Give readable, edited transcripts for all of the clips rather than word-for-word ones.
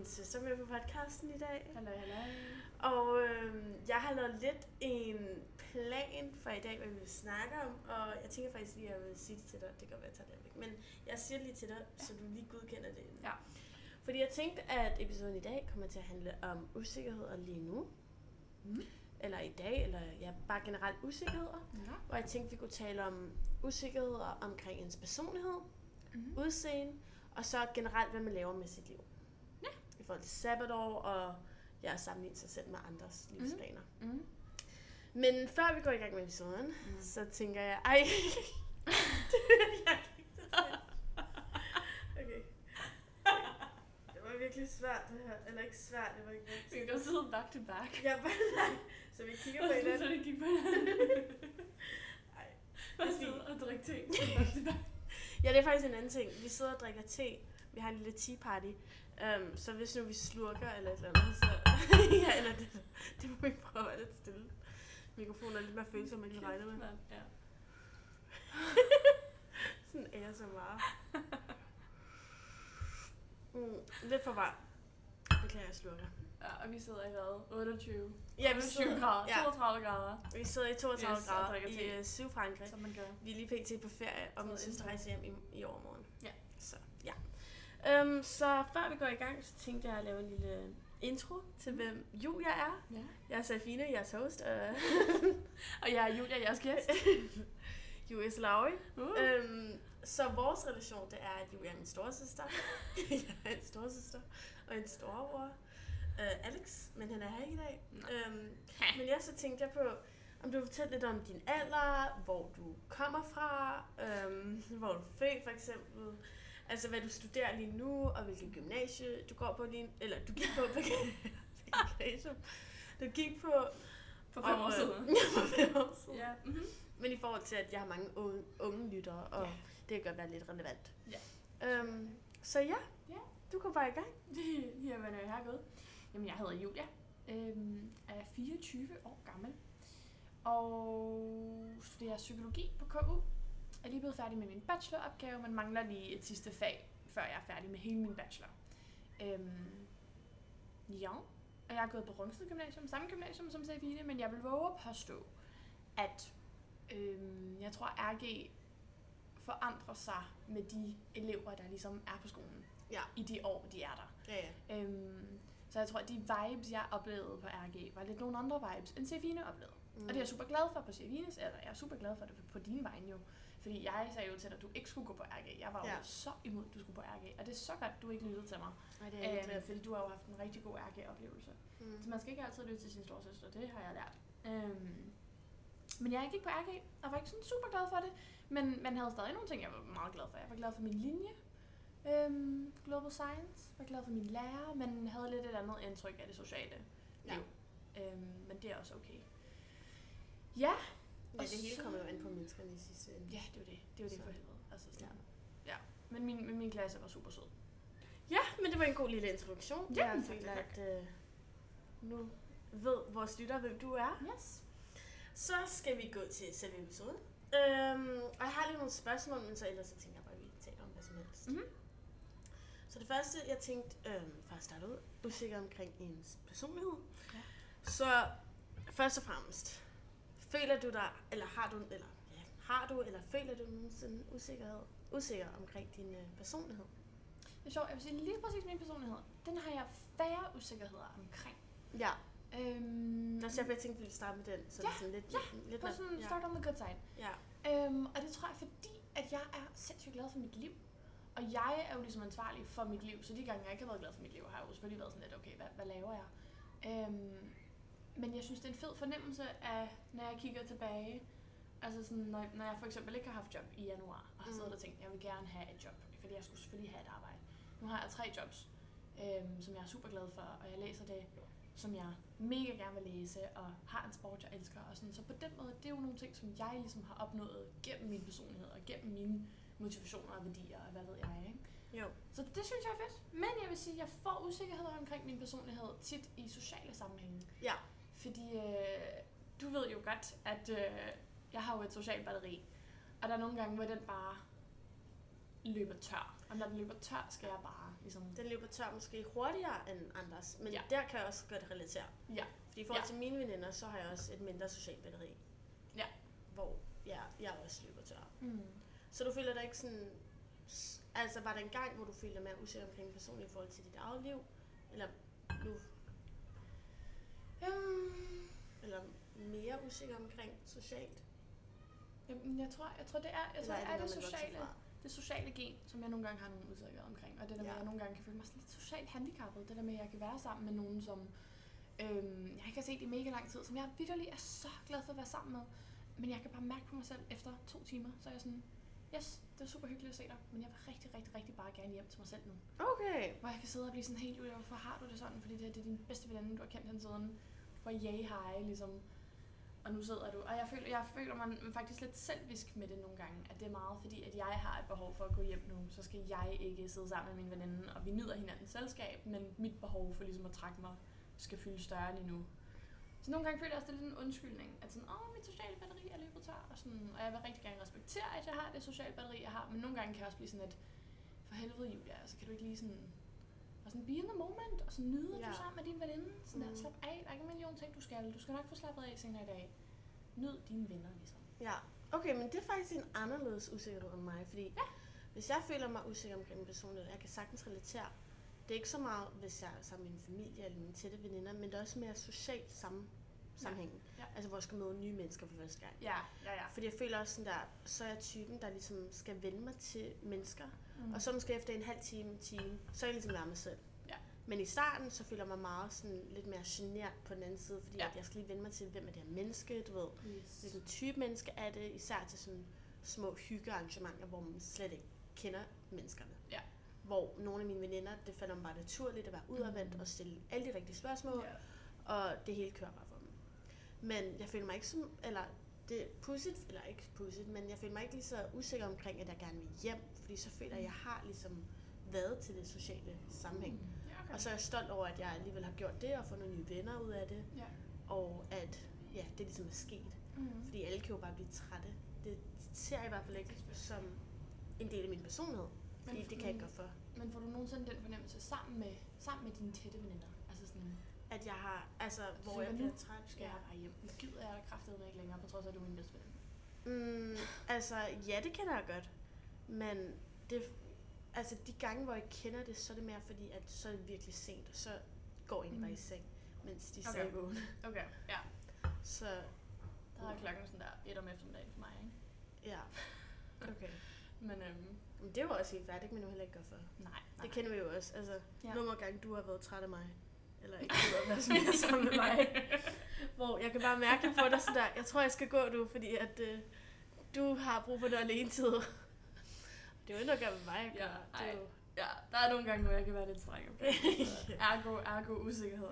min søster med på podcasten i dag. Halløj. Og jeg har lavet lidt en plan for i dag, hvad vi vil snakke om. Og jeg tænker faktisk lige, at jeg vil sige det til dig. Det kan godt være, at jeg tager det væk. Men jeg siger det lige til dig, så du lige godkender det. Ja. Fordi jeg tænkte, at episoden i dag kommer til at handle om usikkerheder lige nu. Eller i dag, eller ja, bare generelt usikkerheder. Ja. Hvor jeg tænkte, vi kunne tale om usikkerheder omkring ens personlighed, udseende, og så generelt, hvad man laver med sit liv. Ja. I forhold til sabbatår, og at sammenligne sig selv med andres livsplaner. Men før vi går i gang med episoden, så tænker jeg, jeg kan ikke tage okay. Det var virkelig svært det her. Eller ikke svært, det var ikke rigtigt. Vi kan godt sidde back to back. Ja, bare nej. Så vi kigger på hinanden. Så vi kigger på hinanden. Ej. Bare sidde og drikke te. Back to back. Ja, det er faktisk en anden ting. Vi sidder og drikker te. Vi har en lille tea party. Så hvis nu vi slurker eller et eller andet, så... ja, eller det må vi prøve at være lidt stille. Mikrofonen er lidt mere følsom, man kan regne med. Ja. Sådan er jeg så meget. Lidt for varmt. Beklager, jeg slurker. Ja, og vi sidder i hvad? 28? Ja, vi 28 sidder, grader. ja. 32 grader. Vi sidder i 32 Yes, grader og drikker te. i Sydfrankrig. Som man gør. Vi er lige pt. På ferie, og min søster rejser hjem i overmorgen. Ja. Så, ja. Så før vi går i gang, så tænkte jeg at lave en lille intro til, hvem Julia er. Ja. Jeg er Safine, jeres host. Og jeg er Julia, jeres gæst. US Lauri. Så vores relation, det er, at Julia er min storesøster. Jeg er en storesøster og en storebror. Alex, men han er her ikke i dag. Men jeg så tænkte jeg på, om du vil fortælle lidt om din alder, hvor du kommer fra, hvor du er født for eksempel. Altså hvad du studerer lige nu, og hvilket gymnasie du går på lige, eller du gik på gymnasium. Du gik på For 5 år siden. Ja, for 5 år siden. Ja. Men i forhold til, at jeg har mange unge lyttere, og det kan godt være lidt relevant. Ja. Så ja, du går bare i gang. Jamen, herregud. Jamen, jeg hedder Julia. Er 24 år gammel. Og studerer psykologi på KU. Er lige blevet færdig med min bacheloropgave, men mangler lige et sidste fag, før jeg er færdig med hele min bachelor. Ja, og jeg har gået på Rungsted Gymnasium, samme gymnasium som Safine, men jeg vil våge at påstå, at jeg tror, RG forandrer sig med de elever, der ligesom er på skolen i de år, de er der. Ja. Så jeg tror, at de vibes, jeg oplevede på RG, var lidt nogle andre vibes, end Safine oplevede. Og det er jeg super glad for på Safines, eller jeg er super glad for det på din vegne jo. Fordi jeg sagde jo til dig, at du ikke skulle gå på RG. Jeg var jo så imod, at du skulle på RG. Og det er så godt, at du ikke lyttede til mig. Nej, det er ikke glad. Fordi du har jo haft en rigtig god RG-oplevelse. Så man skal ikke altid lytte til sin storesøster. Det har jeg lært. Men jeg gik på RG, og var ikke sådan super glad for det. Men man havde stadig nogle ting, jeg var meget glad for. Jeg var glad for min linje. Global Science. Jeg var glad for min lærer, men havde lidt et andet indtryk af det sociale liv. Men det er også okay. Ja, det hele kommer jo an på menneskerne i sidste ende. Ja, det var det. Det var det for helvede. Altså sådan. Ja. Men min klasse var super sød. Ja, men det var en god lille introduktion. Ja, jeg føler, at nu ved vores lytter, hvem du er. Yes. Så skal vi gå til selve episoden. Og jeg har lige nogle spørgsmål, men så ellers så tænker jeg bare, at vi taler om hvad som helst. Så det første, jeg tænkte, for at starte ud, usikker omkring ens personlighed. Ja. Så først og fremmest, føler du dig, eller har du, eller føler du nogensinde usikker omkring din personlighed? Det er sjovt, jeg vil sige lige præcis min personlighed, den har jeg færre usikkerheder omkring. Ja. Nå, så jeg tænkte, at vi ville starte med den, så det er sådan lidt på sådan start on the good side. Ja. Og det tror jeg, fordi at jeg er sindssygt glad for mit liv. Og jeg er jo ligesom ansvarlig for mit liv, så de gange jeg ikke har været glad for mit liv, har jeg jo selvfølgelig været sådan lidt, okay, hvad laver jeg? Men jeg synes, det er en fed fornemmelse af, når jeg kigger tilbage. Altså sådan, når jeg for eksempel ikke har haft job i januar, og har siddet og tænkt, jeg vil gerne have et job, fordi jeg skulle selvfølgelig have et arbejde. Nu har jeg 3 jobs, som jeg er super glad for, og jeg læser det, som jeg mega gerne vil læse, og har en sport, jeg elsker. Og sådan. Så på den måde, det er jo nogle ting, som jeg ligesom har opnået gennem min personlighed, og gennem mine motivationer og værdier, og hvad ved jeg, ikke? Jo. Så det synes jeg er fedt. Men jeg vil sige, at jeg får usikkerheder omkring min personlighed tit i sociale sammenhænge. Ja. Fordi du ved jo godt, at jeg har jo et socialt batteri, og der er nogle gange, hvor den bare løber tør. Og når den løber tør, skal jeg bare ligesom... Den løber tør måske hurtigere end andres, men der kan jeg også godt relatere. Ja. Fordi i forhold til mine veninder, så har jeg også et mindre socialt batteri. Ja. Hvor jeg også løber tør. Så du føler dig ikke sådan... Altså var der en gang, hvor du følte dig mere usikker omkring personen i forhold til dit eget liv? Eller nu... Eller mere usikker omkring socialt? Jamen, jeg tror det er det sociale gen, som jeg nogle gange har nogle usikkerheder omkring. Og det der med, at jeg nogle gange kan føle mig sådan lidt socialt handicappet. Det der med, at jeg kan være sammen med nogen, som jeg ikke har set i mega lang tid, som jeg vitterligt er så glad for at være sammen med. Men jeg kan bare mærke på mig selv efter 2 timer, så er jeg sådan, yes, det er super hyggeligt at se dig, men jeg vil rigtig bare gerne hjem til mig selv nu. Okay. Hvor jeg kan sidde og blive sådan helt ud af, hvorfor har du det sådan? Fordi det er din bedste veninde, du har kendt hende siden for hej, ligesom. Og nu sidder du, og jeg føler mig faktisk lidt selvisk med det nogle gange, at det er meget fordi, at jeg har et behov for at gå hjem nu, så skal jeg ikke sidde sammen med min veninde, og vi nyder hinandens selskab, men mit behov for ligesom at trække mig skal fylde større end endnu. Så nogle gange føler jeg også, det er lidt en undskyldning, at sådan, mit sociale batteri er løbet tør, og jeg vil rigtig gerne respektere, at jeg har det sociale batteri, jeg har, men nogle gange kan jeg også blive sådan, at for helvede Julia, altså kan du ikke lige sådan, og sådan be in the moment, og så nyde, at du sammen med din veninde, sådan der, slap af, der er ikke en million ting, du skal nok få slappet af senere i dag. Nyd dine venner, ligesom. Ja, okay, men det er faktisk en anderledes usikkerhed end mig, fordi hvis jeg føler mig usikker omkring min personlighed, jeg kan sagtens relatere. Det er ikke så meget, hvis jeg er sammen med min familie eller mine tætte veninder, men det er også mere socialt sammenhæng. Ja. Altså, hvor jeg skal møde nye mennesker for første gang. Ja. Fordi jeg føler også sådan der, så er jeg typen, der ligesom skal vende mig til mennesker, og så måske efter en halv time, så er jeg ligesom være mig selv. Ja. Men i starten, så føler jeg mig meget sådan lidt mere genert på den anden side, fordi at jeg skal lige vende mig til, hvem er det her menneske, du ved, hvilken type menneske er det, især til sådan små hyggearrangementer, hvor man slet ikke kender menneskerne. Ja. Hvor nogle af mine veninder, det falder mig bare naturligt at være udadvendt og stille alle de rigtige spørgsmål, og det hele kører bare for dem. Men jeg føler mig ikke som, eller det er pudsigt, eller ikke pudsigt, men jeg føler mig ikke lige så usikker omkring, at jeg gerne vil hjem, fordi så føler jeg, at jeg har ligesom været til det sociale sammenhæng. Okay. Og så er jeg stolt over, at jeg alligevel har gjort det, og fået nogle nye venner ud af det, og at det ligesom er sket. Fordi alle kan jo bare blive trætte. Det ser jeg i hvert fald ikke som en del af min personlighed, fordi det kan jeg ikke gøre for. Men får du nogensinde den fornemmelse sammen med dine tætte veninder? Altså sådan, at jeg har, altså, hvor jeg bliver træt. Skal jeg bare hjem? Nu gider jeg kraftedeme ikke længere, på trods af, at du er min bedste veninde. Altså, ja, det kender jeg godt. Men det, altså, de gange, hvor jeg kender det, så er det mere fordi, at så er det virkelig sent, og så går jeg bare i seng, mens de stadig vågne. Okay, ja. Så der er klokken sådan der 1 om eftermiddagen for mig, ikke? Ja, okay. Men det er jo også helt færdigt, men nu heller ikke gøre for. Nej. Det kender vi jo også. Altså, nogle gange du har været træt af mig, eller ikke har været mere sammen med mig. Hvor jeg kan bare mærke på dig sådan der, jeg tror, jeg skal gå nu, fordi at du har brug for noget alene tid. Det er jo ikke noget at gøre med mig. Ja, der er nogle gange, hvor jeg kan være lidt streng. Okay. Ergo usikkerhed.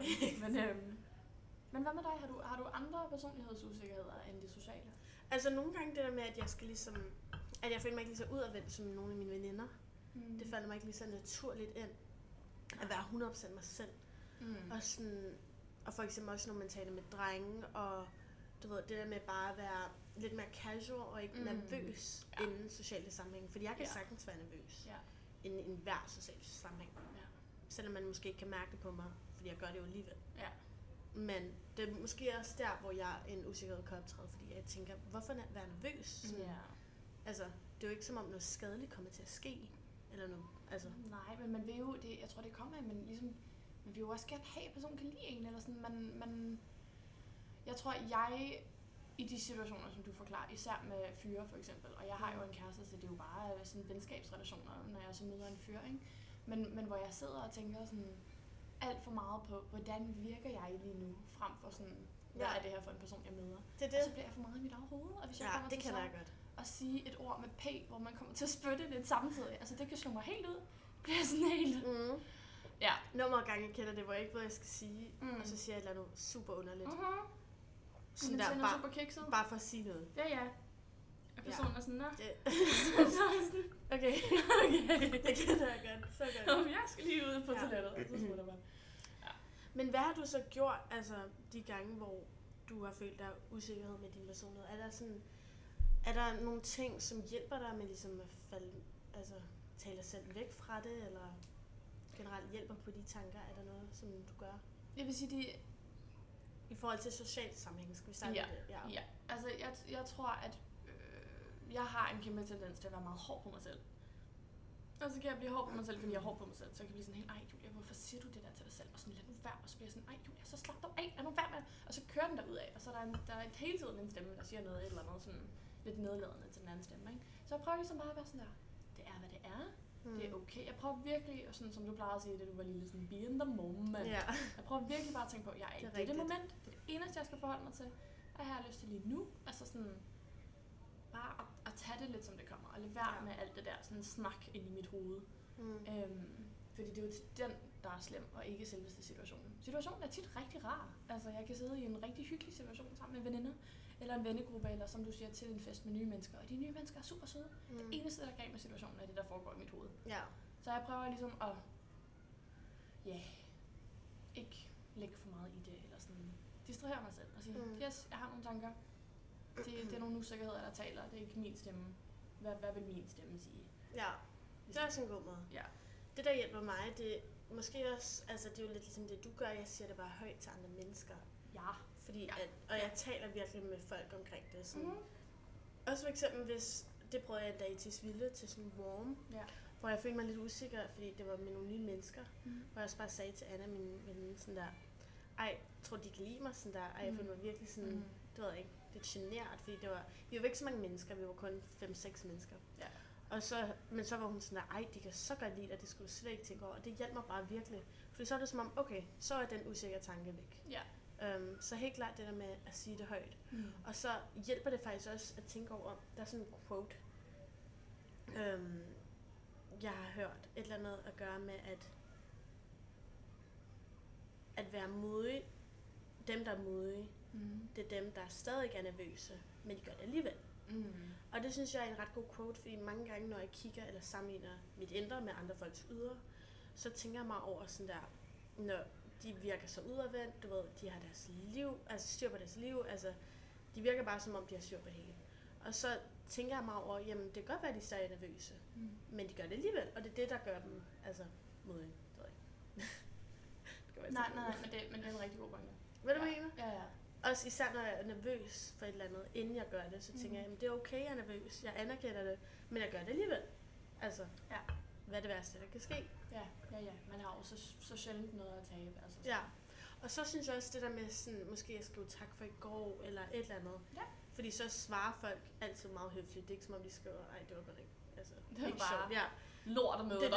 Men hvad med dig? Har du andre personlighedsusikkerheder end det sociale? Altså nogle gange det der med, at jeg skal ligesom, at jeg føler mig ikke lige så udadvendt som nogle af mine veninder. Det falder mig ikke lige så naturligt ind. At være 100% mig selv. Og sådan, og for eksempel også når man taler med drenge, og du ved, det der med bare at være lidt mere casual og ikke nervøs inden sociale sammenhæng. Fordi jeg kan sagtens være nervøs inden en hver social sammenhæng. Selvom man måske ikke kan mærke det på mig, fordi jeg gør det jo alligevel. Ja. Men det er måske også der, hvor jeg en usikkerhed kan optræde, fordi jeg tænker, hvorfor være nervøs? Sådan, altså, det er jo ikke som om noget skadeligt kommer til at ske. Eller noget, altså. Nej, men man vil jo, jeg tror det kommer af, men ligesom, man vil jo også gerne have, at personen kan lide en, eller sådan, jeg tror, i de situationer, som du forklarer, især med fyre for eksempel, og jeg har jo en kæreste, så det er jo bare sådan venskabsrelationer, når jeg så møder en fyr, ikke? Men hvor jeg sidder og tænker sådan alt for meget på, hvordan virker jeg lige nu, frem for sådan, hvad er det her for en person, jeg møder? Det er det. Og så bliver jeg for meget i mit eget hoved, og hvis jeg kommer det til kan jeg godt. At sige et ord med P, hvor man kommer til at spytte lidt samtidig, altså det kan slå mig helt ud, bliver jeg sådan helt. Ja. Nogle gange jeg kender det, hvor jeg ikke ved, hvad jeg skal sige, og så siger jeg et eller andet super underligt. Sådan der, bare for at sige noget. Ja. Og personen er sådan, nå. Okay. Det kender jeg godt. Så godt. Jeg skal lige ud på toilettet, og så smutter man. Men hvad har du så gjort, altså de gange, hvor du har følt dig usikkerhed med din personlighed? Er der nogle ting, som hjælper dig med ligesom at falde, altså tale dig selv væk fra det, eller generelt hjælper på de tanker? Er der noget, som du gør? Jeg vil sige, I forhold til social sammenhæng, skal vi starte med det? Ja. Altså, jeg tror, at jeg har en kæmpe tendens til at være meget hård på mig selv. Og så kan jeg blive hård på mig selv, fordi jeg er hård på mig selv. Så jeg kan blive sådan helt, ej Julia, hvorfor siger du det der til dig selv? Og sådan, lad nu være. Og så bliver jeg sådan, ej Julia, så slap dig af, lad nu være med. Og så kører den derudad. Og så er der er hele tiden en stemme, der siger noget et eller andet sådan lidt nedladende til den anden stemme. Ikke? Så jeg prøver ligesom bare at være sådan der, det er hvad det er. Det er okay. Jeg prøver virkelig, og sådan som du plejede at sige, det du var lille, sådan be in the moment. Ja. Jeg prøver virkelig bare at tænke på, jeg er i dette moment. Det er det eneste, jeg skal forholde mig til. Og jeg har lyst til lige nu. Altså sådan, bare at tage det lidt som det kommer. Og lade være med alt det der sådan snak ind i mit hoved. Fordi det er jo den, der er slem, og ikke selveste situationen. Situationen er tit rigtig rar. Altså jeg kan sidde i en rigtig hyggelig situation sammen med veninder. Eller en vennegruppe, eller som du siger, til en fest med nye mennesker. Og de nye mennesker er super søde. Det eneste, der er galt med situationen, er det, der foregår i mit hoved. Ja. Så jeg prøver ligesom at, ikke lægge for meget i det, eller sådan distrahere mig selv. Og sige, yes, jeg har nogle tanker. Det er nogle usikkerheder, der taler. Det er ikke min stemme. Hvad vil min stemme sige? Ja, det er også en god måde. Ja. Det, der hjælper mig, det er måske også, altså det er jo lidt ligesom det, du gør. Jeg siger det bare højt til andre mennesker. Ja. Fordi og jeg taler virkelig med folk omkring det. Sådan. Også for eksempel, hvis det prøvede jeg en dag i Tisvilde til sådan en warm, hvor jeg følte mig lidt usikker, fordi det var med nogle nye mennesker. Hvor jeg også bare sagde til Anna, min veninde, sådan der, ej, tror de kan lide mig sådan der? Ej, jeg følte mig virkelig sådan, det ved jeg ikke, lidt genert, fordi vi var ikke så mange mennesker, vi var kun 5-6 mennesker. Ja. Og men så var hun sådan der, ej, de kan så godt lide dig, det skulle du slet ikke tænke over. Og det hjalp mig bare virkelig. Fordi så var det som om, okay, så er den usikre tanke væk. Ja. Så helt klart det der med at sige det højt. Og så hjælper det faktisk også at tænke over, der er sådan en quote, jeg har hørt et eller andet at gøre med, at være modig, dem der er modige, det er dem, der stadig er nervøse, men de gør det alligevel. Og det synes jeg er en ret god quote, fordi mange gange, når jeg kigger eller sammenligner mit indre med andre folks ydre, så tænker jeg mig over sådan der, når de virker så udadvendt, du ved, de har deres liv, altså styr på deres liv, altså de virker bare som om, de har styr på det hele. Og så tænker jeg mig over, jamen det kan godt være, at de stadig er nervøse, men de gør det alligevel, og det er det, der gør dem, altså, modige, det ved jeg ikke. Nej, men det er en rigtig god pointe. Hvad du mener? Ja. Også især når jeg er nervøs for et eller andet, inden jeg gør det, så tænker jeg, jamen det er okay, jeg er nervøs, jeg anerkender det, men jeg gør det alligevel. Altså, hvad er det værste, der kan ske? Ja. Man har jo så sjældent noget at tabe. Altså. Ja, og så synes jeg også det der med sådan, måske jeg skriver tak for i går, eller et eller andet. Ja. Fordi så svarer folk altid meget høfligt. Det er ikke som om de skriver, ej det var godt ikke. Altså, det var ikke bare sjovt. Ja. Lort at møde dig.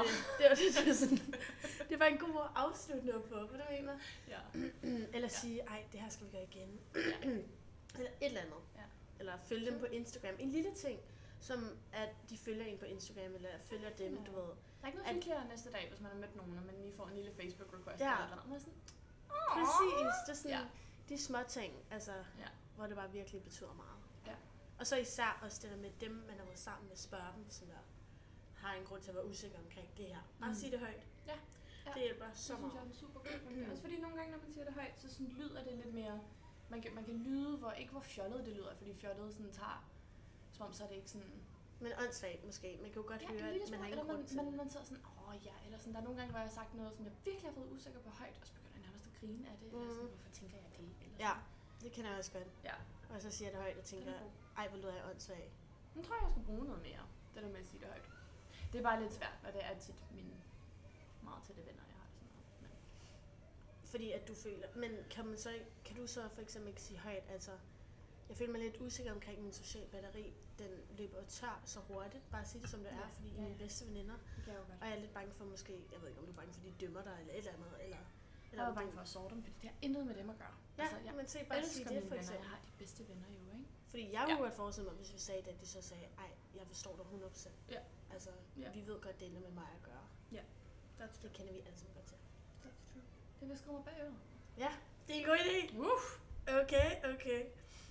Det var en god måde at afslutte noget på, hvad du mener? Ja. Eller sige, ej det her skal vi gøre igen. Eller et eller andet. Ja. Eller følge dem på Instagram. En lille ting, som at de følger en på Instagram, eller følger dem, du ved. Der er ikke noget hyggeligere næste dag, hvis man har mødt nogen, og man lige får en lille Facebook-request eller eller noget. Sådan, præcis, det er sådan de små ting, altså, hvor det bare virkelig betyder meget. Ja. Og så især også det der med dem, man har været sammen med, spørge dem, sådan der, har en grund til at være usikker omkring det her. Bare sige det højt. Ja. Det hjælper så meget. Det synes jeg er en super god. Også fordi nogle gange, når man siger det højt, så sådan lyder det lidt mere, man kan lyde, ikke hvor fjollet det lyder, fordi fjollet sådan tager, som om så er det ikke sådan. Men åndssvagt måske. Man kan jo godt høre, at man har ingen grund til. Man sidder sådan, eller sådan, der er nogle gange, hvor jeg har sagt noget, som jeg virkelig har fået usikker på højt, og så begynder jeg nærmest at grine af det, eller sådan, hvorfor tænker jeg det? Eller ja, det kan jeg også godt. Ja. Og så siger jeg det højt og tænker, ej, hvor lyder jeg åndssvagt. Nu tror jeg skal bruge noget mere, det der med at sige det højt. Det er bare lidt svært, og det er tit mine meget tætte venner, jeg har det sådan noget. Men. Fordi at du føler, men kan du så for eksempel ikke sige højt, altså, jeg føler mig lidt usikker omkring min social batteri. Den løber tør så hurtigt. Bare sige det som det er, fordi I er mine bedste veninder. Og jeg er lidt bange for måske, jeg ved ikke om du er bange for, de dømmer dig eller et eller andet. Eller jeg er bange for at såre dem, fordi det har intet med dem at gøre. Ja, altså, men se bare sige det for eksempel. Jeg har de bedste venner jo, ikke? Fordi jeg kunne godt forestille mig, hvis vi sagde det, at de så sagde, ej, jeg forstår dig 100%. Ja. Altså, vi ved godt, det ender med mig at gøre. Ja. Det kender vi alle sammen godt til. That's true. Det vil skrive mig bagud. Ja, det er en god idé. Okay.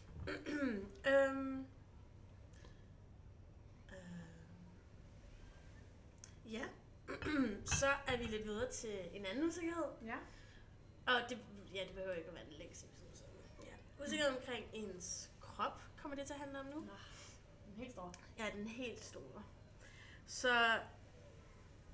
Ja, så er vi lidt videre til en anden usikkerhed. Ja. Og det behøver ikke at være den længste episode. Ja. Usikkerhed omkring ens krop kommer det til at handle om nu. Den helt store. Ja, den helt store. Så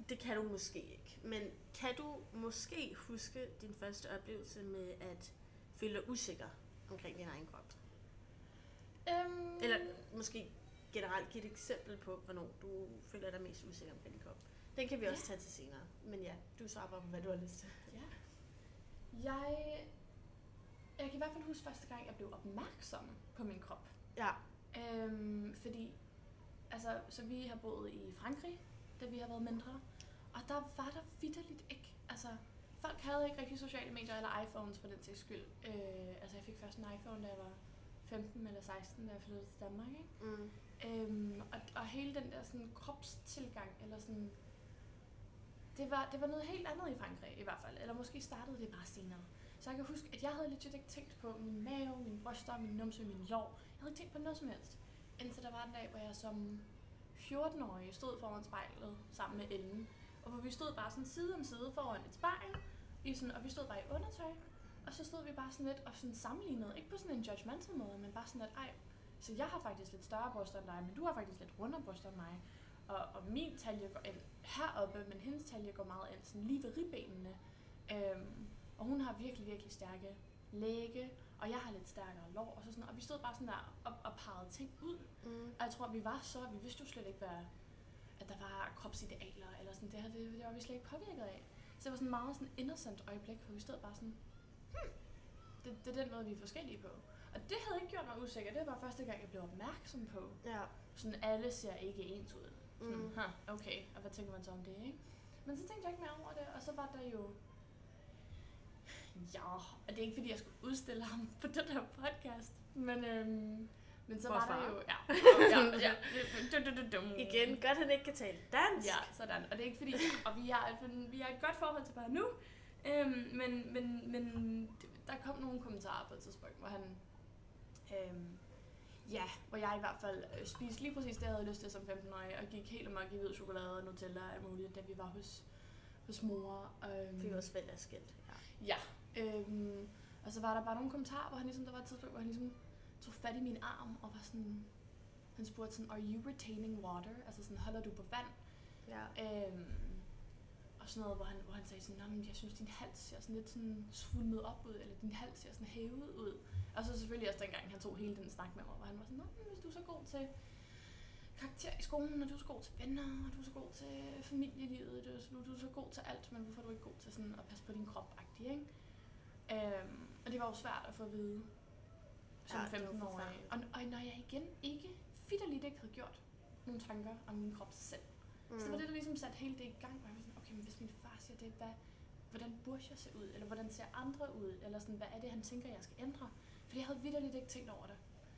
det kan du måske ikke. Men kan du måske huske din første oplevelse med at føle dig usikker omkring din egen krop? Eller måske generelt give et eksempel på, hvornår du føler dig mest usikker omkring din krop. Den kan vi også tage til senere. Men ja, du svarer bare på, hvad du har lyst til. Ja. Jeg kan i hvert fald huske første gang, jeg blev opmærksom på min krop. Ja. Fordi, altså, så vi har boet i Frankrig, da vi har været mindre. Og der var der vitterligt ikke. Altså, folk havde ikke rigtig sociale medier eller iPhones for den sags skyld. Altså, jeg fik først en iPhone, da jeg var 15 eller 16, da jeg flyttede til Danmark, ikke? Og hele den der sådan kropstilgang, eller sådan, det var noget helt andet i Frankrig i hvert fald. Eller måske startede det bare senere. Så jeg kan huske, at jeg havde legit ikke tænkt på min mave, mine bryster, min numse, min lår. Jeg havde ikke tænkt på noget som helst. Indtil der var en dag, hvor jeg som 14-årig stod foran spejlet sammen med Ellen. Og hvor vi stod bare sådan side om side foran et spejl. Og vi stod bare i undertøj. Og så stod vi bare sådan lidt og sådan sammenlignede. Ikke på sådan en judgmental måde, men bare sådan lidt, så jeg har faktisk lidt større bryster end dig, men du har faktisk lidt rundere bryster end mig. Og min talje går ind heroppe, men hendes talje går meget ind sådan lige ved ribbenene. Og hun har virkelig, virkelig stærke læge, og jeg har lidt stærkere lår, og så sådan, og vi stod bare sådan der og pegede ting ud. Og jeg tror, vi vidste jo slet ikke, at der var kropsidealer, eller sådan, det var vi slet ikke påvirket af. Så det var sådan en meget sådan innocent øjeblik, hvor vi stod bare sådan, det er den måde, vi er forskellige på. Og det havde ikke gjort mig usikker, det var første gang, jeg blev opmærksom på. Ja. Sådan, alle ser ikke ens ud. Sådan, okay, og hvad tænker man så om det, ikke? Men så tænkte jeg ikke mere over det, og så var der jo, og det er ikke fordi, jeg skulle udstille ham på den her podcast, men så var der jo, Igen, godt han ikke kan tale dansk. Ja, sådan, og det er ikke fordi, og vi har et godt forhold til bare nu, men der kom nogle kommentarer på et tidspunkt, hvor han, hvor jeg i hvert fald spiste lige præcis det, jeg havde lyst til som 15-årig, og gik helt amok i hvid chokolade og Nutella og alt muligt, da vi var hos mor. Det er også veldig skilt. Ja. Og så var der bare nogle kommentarer, hvor han ligesom, der var et tidspunkt, hvor han ligesom tog fat i min arm og var sådan, han spurgte sådan, are you retaining water? Altså sådan, holder du på vand? Ja. Og sådan noget, hvor han sagde sådan, men jeg synes, din hals ser sådan lidt sådan svulmet op ud, eller din hals ser sådan hævet ud. Og så selvfølgelig også dengang, han tog hele den snak med mig, hvor han var sådan, men hvis du er så god til karakter i skolen, og du er så god til venner, og du er så god til familielivet, du er så god til alt, men hvorfor er du ikke god til sådan at passe på din krop-agtig, ikke? Og det var jo svært at få at vide som 15-årig. Og når jeg igen vitterligt ikke havde gjort nogle tanker om min krop selv. Så det var det, der ligesom satte hele det i gang, hvor jeg var sådan, okay, men hvis min far siger det, hvordan burde jeg se ud? Eller hvordan ser andre ud? Eller sådan, hvad er det, han tænker, jeg skal ændre? Fordi jeg havde vitterligt ikke tænkt over det.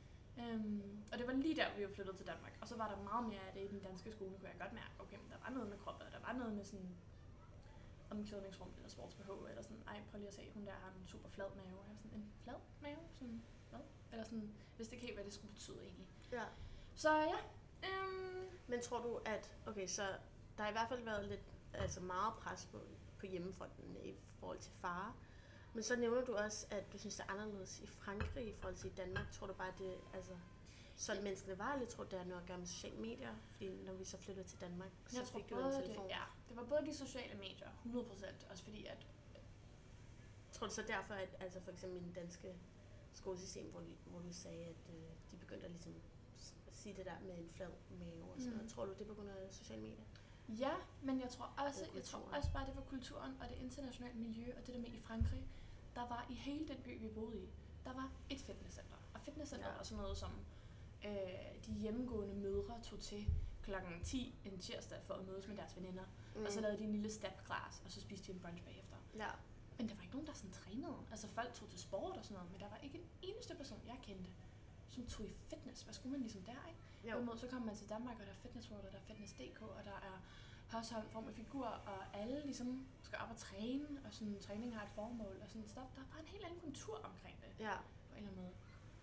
Og det var lige der, vi var flyttet til Danmark. Og så var der meget mere af det i den danske skole, kunne jeg godt mærke, okay, men der var noget med kroppen, og der var noget med sådan omklædningsrum eller sports-BH, eller sådan, prøv lige at se, hun der har en super flad mave. Og jeg sådan, en flad mave? Sådan, hvad? Eller sådan, hvis det ikke helt, hvad det skulle betyde egentlig. Ja. Så ja. Men tror du, at, okay, så der har i hvert fald været lidt, altså meget pres på hjemmefronten i forhold til far. Men så nævner du også, at du synes, det er anderledes i Frankrig i forhold til i Danmark. Tror du bare, det altså sådan menneskene var, eller tror du, det er noget at gøre med sociale medier? Fordi når vi så flyttede til Danmark, så fik du en telefon. Det var både de sociale medier, 100%, også fordi at... Tror du så derfor, at altså for eksempel i den danske skolesystem, hvor du sagde, at de begyndte at ligesom sige det der med en flad mave og sådan noget. Tror du, det er på grund af sociale medier? Ja, men jeg tror også bare, det var kulturen og det internationale miljø, og det der med i Frankrig, der var i hele den by, vi boede i, der var et fitnesscenter. Og fitnesscenter var sådan noget, som de hjemmegående mødre tog til klokken 10 en tirsdag for at mødes med deres veninder. Og så lavede de en lille step-glas, og så spiste de en brunch bagefter. Ja. Men der var ikke nogen, der sådan trænede. Altså folk tog til sport og sådan noget, men der var ikke en eneste person, jeg kendte, som tog i fitness. Hvad skulle man ligesom der, ikke? Derimod så kommer man til Danmark, og der er Fitness World, og der er Fitness.dk, og der er Hørsholm form af figur, og alle ligesom skal op og træne, og sådan træning har et formål, og sådan stuff. Der er bare en helt anden kultur omkring det, på en eller anden måde.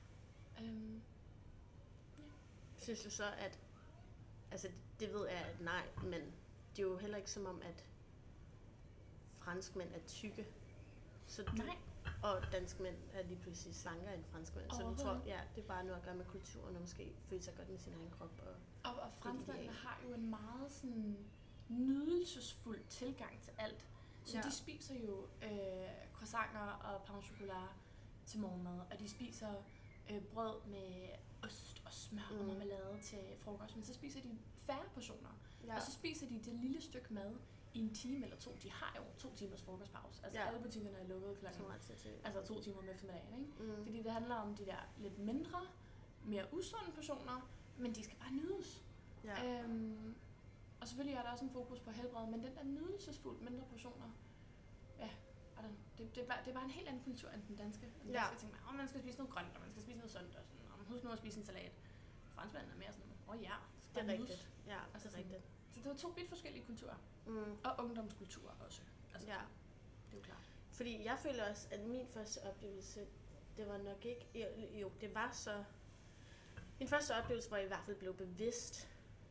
Synes du så, at, altså det ved jeg, at nej, men det er jo heller ikke som om, at franskmænd er tykke, så du, og danske mænd er lige pludselig slankere end franskmænd, så du tror, det er bare noget at gøre med kulturen, og måske føle sig godt med sin egen krop. Og franskmændene har jo en meget sådan nydelsesfuld tilgang til alt. Så Ja. de spiser jo croissanter og pain au chocolat til morgenmad, og de spiser brød med ost og smør og marmelade til frokost, men så spiser de færre portioner. Ja. Og så spiser de det lille stykke mad i en time eller to. De har jo 2 timers frokostpause. Altså alle butikkerne er lukket klokken. Altså 2 timer om eftermiddagen, ikke? Fordi det handler om de der lidt mindre, mere usunde portioner, men de skal bare nydes. Ja. Og selvfølgelig er der også en fokus på helbred, men den der nydelsesfuldt mindre portioner, ja, det er bare en helt anden kultur end den danske. Den danske tænker man, man skal spise noget grønt, og man skal spise noget sundt, og sådan, og husk nu at spise en salat. Franskmanden er mere sådan, ja, det er rigtigt. Ja, altså det er rigtigt. Så det var 2 vidt forskellige kulturer. Og ungdomskulturer også. Altså, ja. Det er jo klart. Fordi jeg føler også, at min første oplevelse, det var nok ikke, jo, det var så, min første oplevelse, hvor jeg i hvert fald blev bevidst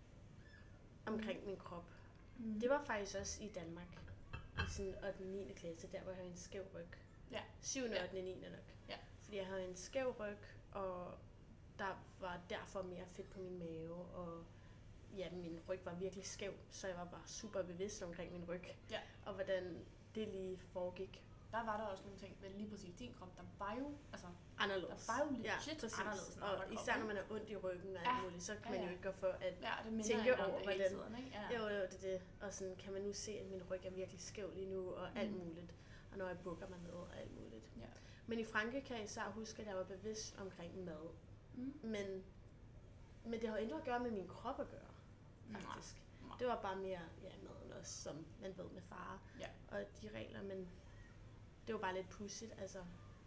omkring min krop. Det var faktisk også i Danmark, i sådan 8. og 9. klasse, der hvor jeg havde en skæv ryg. Ja. 7. og 8. og 9. nok. Ja. Fordi jeg havde en skæv ryg, og der var derfor mere fedt på min mave, og ja, min ryg var virkelig skæv, så jeg var bare super bevidst omkring min ryg, og hvordan det lige foregik. Der var der også nogle ting, men lige præcis din krop, der var jo anderledes. Der var jo legit anderledes. Og især når man er ondt i ryggen og alt muligt, så kan man jo ikke gå for at tænke over, hvordan... Tiden, ikke? Jo, det er det. Og sådan kan man nu se, at min ryg er virkelig skæv lige nu, og alt muligt. Og når jeg bukker mig ned og alt muligt. Ja. Men i Frankrig kan jeg især huske, at jeg var bevidst omkring mad. Men det har intet at gøre med min krop at gøre, faktisk. Nej. Det var bare mere maden også, som man ved med far og de regler, men det var bare lidt pudsigt, altså.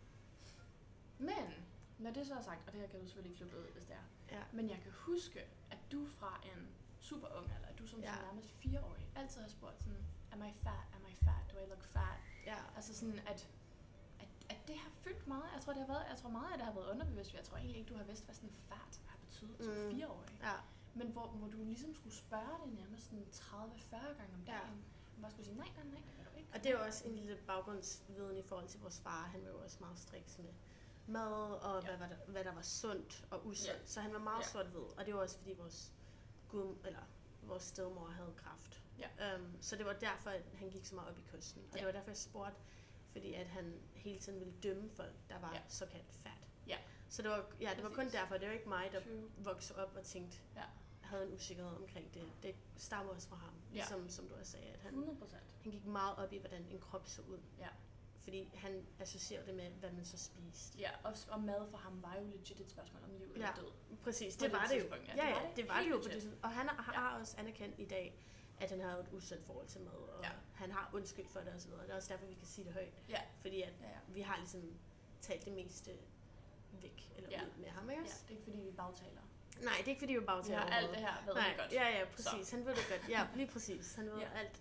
Men, når det så er sagt, og det her kan du selvfølgelig ikke klippe ud, hvis det er, men jeg kan huske, at du fra en super ung alder, at du som sådan nærmest 4-årig, altid har spurgt sådan, am I fat, do I look fat? Ja. Altså sådan, at det har fyldt meget. Jeg tror meget, at det har været underbevidst, for jeg tror egentlig ikke, du har vidst, hvad sådan fat har betydet som 4-årig. Ja. Men hvor du ligesom skulle spørge det nærmest sådan 30-40 gange om dagen. Og bare skulle sige, nej, det kan du ikke. Og det er jo også en lille baggrundsviden i forhold til vores far. Han var jo også meget striks med mad, og hvad der var sundt og usundt. Så han var meget sort-hvid. Og det var også fordi vores stedmor havde kræft. Så det var derfor, at han gik så meget op i kosten. Og det var derfor, jeg spurgte, fordi at han hele tiden ville dømme folk, der var såkaldt fat. Så det var kun derfor. Det var ikke mig, der voksede op og tænkte, havde en usikkerhed omkring det. Det stammer også fra ham, ligesom som du også sagde, at han gik meget op i, hvordan en krop så ud. Fordi han associerede det med, hvad man så spiste. Ja, og mad for ham var jo legit et spørgsmål om liv eller død. Præcis, det var det jo. Det var det jo på det. Og han har også anerkendt i dag, at han har et usundt forhold til mad, og han har undskyld for det og så videre. Det er også derfor, vi kan sige det højt. Fordi at vi har ligesom talt det meste væk eller ud med ham, ikke? Ja, det er ikke fordi, vi bagtaler. Nej, det er ikke fordi, vi bagtaler. Ja, alt det her ved vi godt. Ja, præcis. Så. Han ved det godt. Ja, lige præcis. Han ved alt.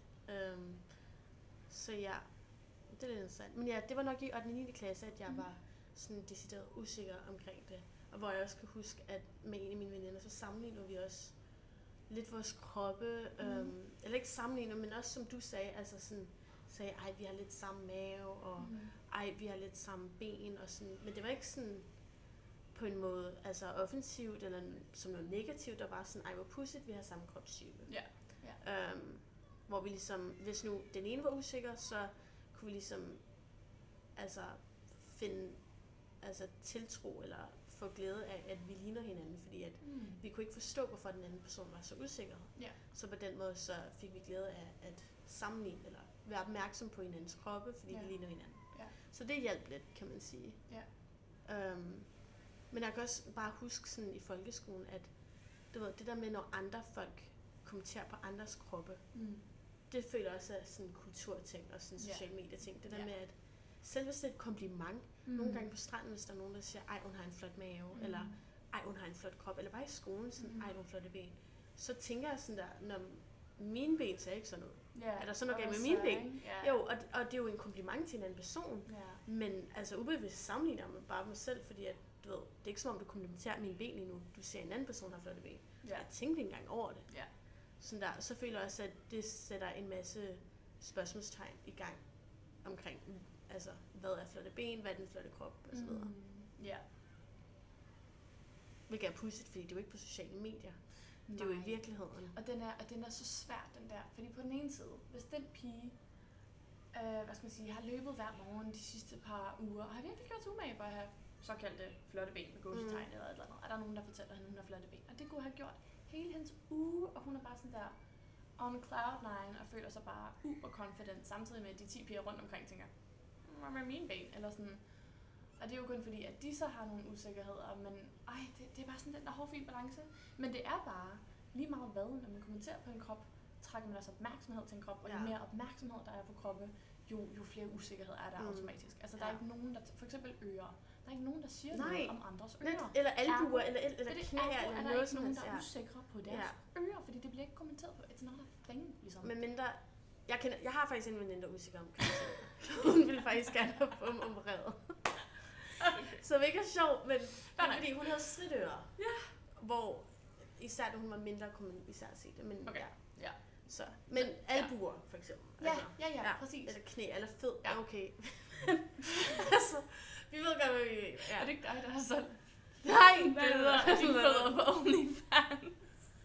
Så ja, det er lidt interessant. Men ja, det var nok i 8. og 9. klasse, at jeg var sådan decideret usikker omkring det. Og hvor jeg også kan huske, at med en af mine veninder, så sammenligner vi også lidt vores kroppe. Eller ikke sammenligner, men også som du sagde, altså sådan, ej, vi har lidt samme mave, og ej, vi har lidt samme ben, og sådan. Men det var ikke sådan på en måde, altså offensivt, eller som noget negativt, der var sådan, ej, hvor pudsigt, vi har samme kropstype. Hvor vi ligesom, hvis nu den ene var usikker, så kunne vi ligesom, altså, finde tiltro, eller få glæde af, at vi ligner hinanden, fordi at vi kunne ikke forstå, hvorfor den anden person var så usikker. Så på den måde, så fik vi glæde af at sammenligne, eller være opmærksom på hinandens kroppe, fordi vi ligner hinanden. Så det hjalp lidt, kan man sige. Men jeg kan også bare huske sådan i folkeskolen, at du ved, det der med, når andre folk kommenterer på andres kroppe, det føler jeg også er sådan en kulturting og sådan en social medieting. Det der med, at selv hvis det er et kompliment, nogle gange på stranden, hvis der er nogen, der siger, ej, hun har en flot mave, eller ej, hun har en flot krop, eller bare i skolen, sådan, ej, hun har flotte ben, så tænker jeg sådan der, når mine ben ser ikke sådan ud. Er der sådan noget galt med mine ben? Jo, og det er jo en kompliment til en anden person, men altså ubevidst sammenligner man bare mig selv, fordi at, du ved, det er ikke som om, du komplimenterer mine ben lige nu, du ser en anden person har flotte ben. Jeg tænkte ikke engang over det. Sådan der, så føler jeg også, at det sætter en masse spørgsmålstegn i gang omkring, altså, hvad er flotte ben, hvad er den flotte krop, og så videre. Hvilket er pudsigt, fordi det er jo ikke på sociale medier. Det er jo i virkeligheden. Og den er så svær, den der. Fordi på den ene side, hvis den pige, har løbet hver morgen de sidste par uger, og har virkelig gjort sig umage for at have såkaldte flotte ben med gåsetegn eller et eller andet. Er der nogen, der fortæller hende, hun har flotte ben? Og det kunne have gjort hele hendes uge, og hun er bare sådan der on cloud9 og føler sig bare uber-confident, samtidig med at de 10 piger rundt omkring tænker, hvad med mine ben? Eller sådan. Og det er jo kun fordi, at de så har nogle usikkerheder, men det er bare sådan den der hårfin balance. Men det er bare lige meget hvad, når man kommenterer på en krop, trækker man også opmærksomhed til en krop, og jo mere opmærksomhed der er på kroppe, jo flere usikkerheder er der automatisk. Altså der er ikke nogen, der, for eksempel ører, der er ikke nogen, der siger noget om andres ører. Eller albuer, eller knæer, eller noget som helst. Der er ikke nogen, der er usikre på deres ører, fordi det bliver ikke kommenteret på. It's not a thing, ligesom. Men mindre, jeg har faktisk en veninde, der er usikker omkring det. Hun ville faktisk gerne have fået dem opereret. Okay. Så det ikke er sjovt, men fordi hun havde stridører. Ja. Hvor især da hun var mindre, kunne man især se det. Men ja. Så. Men albuer, for eksempel. Ja, præcis. Eller knæ, eller fed. Ja. Okay. Altså, vi ved godt, hvad vi vil. Ja. Er det ikke dig, der har solgt? Nej, billeder af dine fødder på OnlyFans.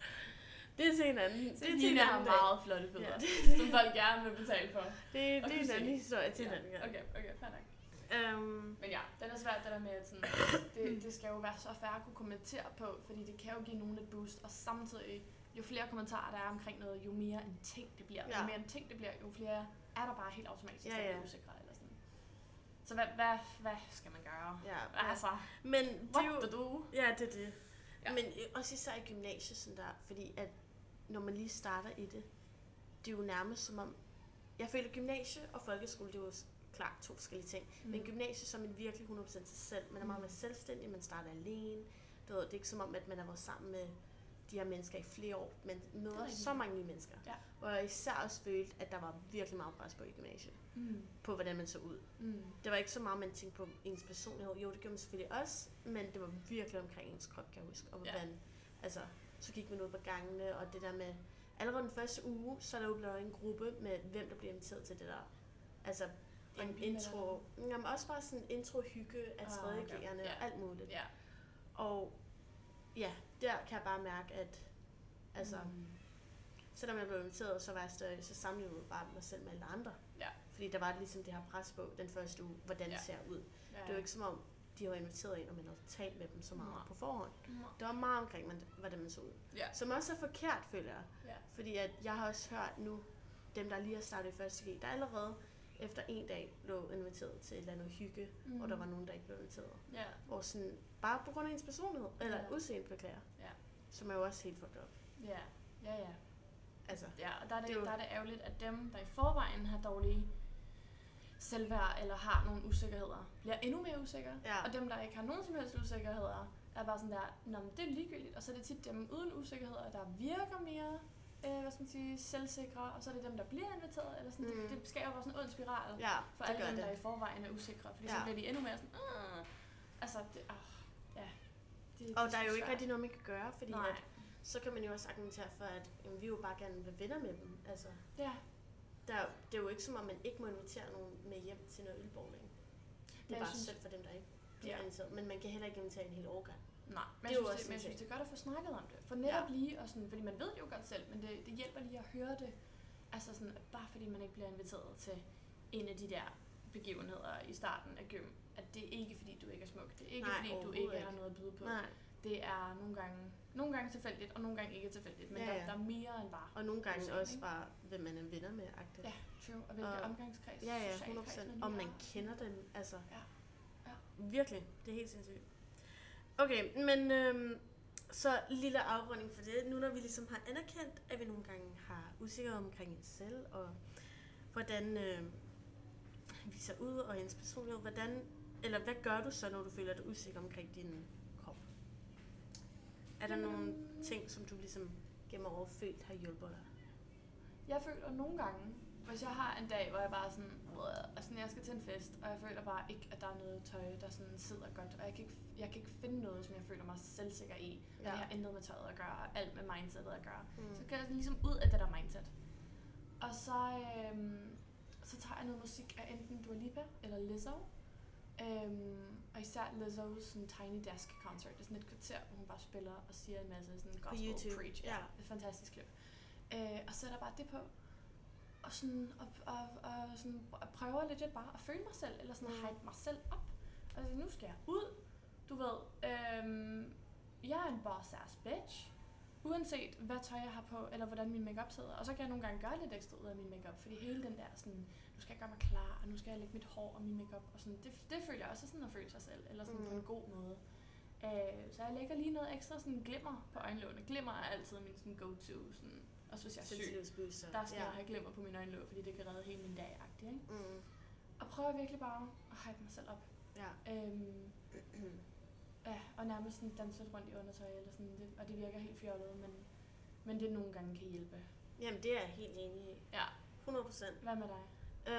Det er til en anden. Det er til en anden meget flotte fødder, som folk gerne vil betale for. Det er en anden historie til en anden gang. Okay, fair nok. Men ja, den er svært det der med, at sådan, det skal jo være så fair at kunne kommentere på, fordi det kan jo give nogen et boost, og samtidig, jo flere kommentarer der er omkring noget, jo mere en ting det bliver. Jo mere en ting det bliver, jo flere er der bare helt automatisk, at det er usikre eller sådan. Så hvad skal man gøre? Ja, altså, men det er jo, du? Ja, det er det. Ja. Men også især i gymnasiet sådan der, fordi at når man lige starter i det, det er jo nærmest som om, jeg føler gymnasie og folkeskole, det er jo klart 2 forskellige ting. Men gymnasie som en virkelig 100% sig selv. Man er meget mere selvstændig, man starter alene. Det er ikke som om, at man har været sammen med de her mennesker i flere år. Man møder så mange nye mennesker. Ja. Og jeg især også følte, at der var virkelig meget pres på i gymnasiet. På hvordan man så ud. Det var ikke så meget, man tænkte på ens personlighed. Jo, det gjorde man selvfølgelig også, men det var virkelig omkring ens krop, kan jeg huske. Og hvordan, altså, så gik man ud på gangene, og det der med, allerede den første uge, så er der jo blevet en gruppe med, hvem der bliver inviteret til det der. Altså, en intro, jamen også bare sådan en intro-hygge af 3.G'erne og alt muligt. Yeah. Og ja, der kan jeg bare mærke, at altså, selvom jeg blev inviteret, så var jeg stadig, så sammenlignede jeg bare mig selv med alle andre. Yeah. Fordi der var ligesom det her pres på den første uge, hvordan det ser ud. Yeah. Det var ikke som om, de var inviteret ind, og man havde talt med dem så meget på forhånd. Det var meget omkring, hvordan man så ud. Yeah. Som også er forkert, føler jeg. Yeah. Fordi at jeg har også hørt nu, dem der lige har startet i 1.G, der allerede efter en dag blev inviteret til et eller andet hygge, og der var nogen, der ikke blev inviteret. Yeah. Og sådan, bare på grund af ens personlighed, eller udseende beklager. Yeah. Som er jo også helt fucked up. Ja. Altså, og der er det ærgerligt, at dem, der i forvejen har dårlige selvværd, eller har nogle usikkerheder, bliver endnu mere usikre. Yeah. Og dem, der ikke har nogen som helst usikkerheder, er bare sådan der, det er ligegyldigt. Og så er det tit dem uden usikkerheder, der virker mere selvsikre, og så er det dem, der bliver inviteret, eller sådan. Det skaber bare sådan en ond spiral for alle dem, der i forvejen er usikre, fordi så bliver de endnu mere sådan, altså, og der er jo ikke rigtig noget, man kan gøre, fordi at, så kan man jo også argumentere for, at vi jo bare gerne vil venner med dem, altså. Ja. Det er jo ikke som om, man ikke må invitere nogen med hjem til noget ølbowling. Det er bare synd for dem, der ikke bliver inviteret, men man kan heller ikke invitere en hel årgang. Nej, men jeg synes, det er godt at få snakket om det. For netop lige, og sådan, fordi man ved det jo godt selv, men det hjælper lige at høre det. Altså sådan, bare fordi man ikke bliver inviteret til en af de der begivenheder i starten af gym, at det er ikke fordi, du ikke er smuk. Det er ikke fordi, du ikke har noget at byde på. Nej. Det er nogle gange tilfældigt, og nogle gange ikke tilfældigt, men der er mere end bare. Og nogle gange også bare, hvem man er venner med, agtigt. Ja, true. Og hvilken omgangskreds. Ja, 100%. Og man kender dem, altså. Ja. Virkelig, det er helt sindssygt. Okay, men så lille afrunding for det. Nu når vi ligesom har anerkendt, at vi nogle gange har usikkerhed omkring ens selv, og hvordan vi ser ud, og ens personlighed, hvad gør du så, når du føler dig usikker omkring din krop? Er der nogle ting, som du ligesom gennem året følt har hjulpet dig? Jeg føler nogle gange, hvis jeg har en dag, hvor jeg bare sådan, jeg skal til en fest, og jeg føler bare ikke, at der er noget tøj, der sådan sidder godt, og jeg kan ikke finde noget, som jeg føler mig selvsikker i, og det har intet med tøjet at gøre, og alt med mindsetet at gøre. Så kan jeg ligesom ud af det der mindset. Og så tager jeg noget musik af enten Dua Lipa eller Lizzo, og især Lizzo's sådan Tiny Desk Concert, det er sådan et kvarter, hvor hun bare spiller og siger en masse sådan På gospel YouTube. preach. Ja, et fantastisk klip. Og sætter bare det på, og sådan, og sådan prøver legit bare at føle mig selv, eller sådan hype mig selv op. Altså, nu skal jeg ud, du ved, jeg er en boss-ass bitch, uanset hvad tøj jeg har på, eller hvordan min makeup sidder. Og så kan jeg nogle gange gøre lidt ekstra ud af min makeup, fordi hele den der sådan, nu skal jeg gøre mig klar, og nu skal jeg lægge mit hår og min makeup, og sådan, det føler jeg også er sådan at føle sig selv, eller sådan på en god måde. Så jeg lægger lige noget ekstra sådan glimmer på øjenlågene. Glimmer er altid min sådan go-to, sådan, også hvis jeg er syg, der skal jeg have glimmer på mine øjenlåg, fordi det kan redde hele min dag-agtigt, ikke? Og prøver virkelig bare at hype mig selv op. Ja. Ja, og nærmest sådan danse lidt rundt i undertøj, eller sådan, og det virker helt fjollet, men det nogle gange kan hjælpe. Jamen, det er jeg helt enig i. Ja. 100%. Hvad med dig?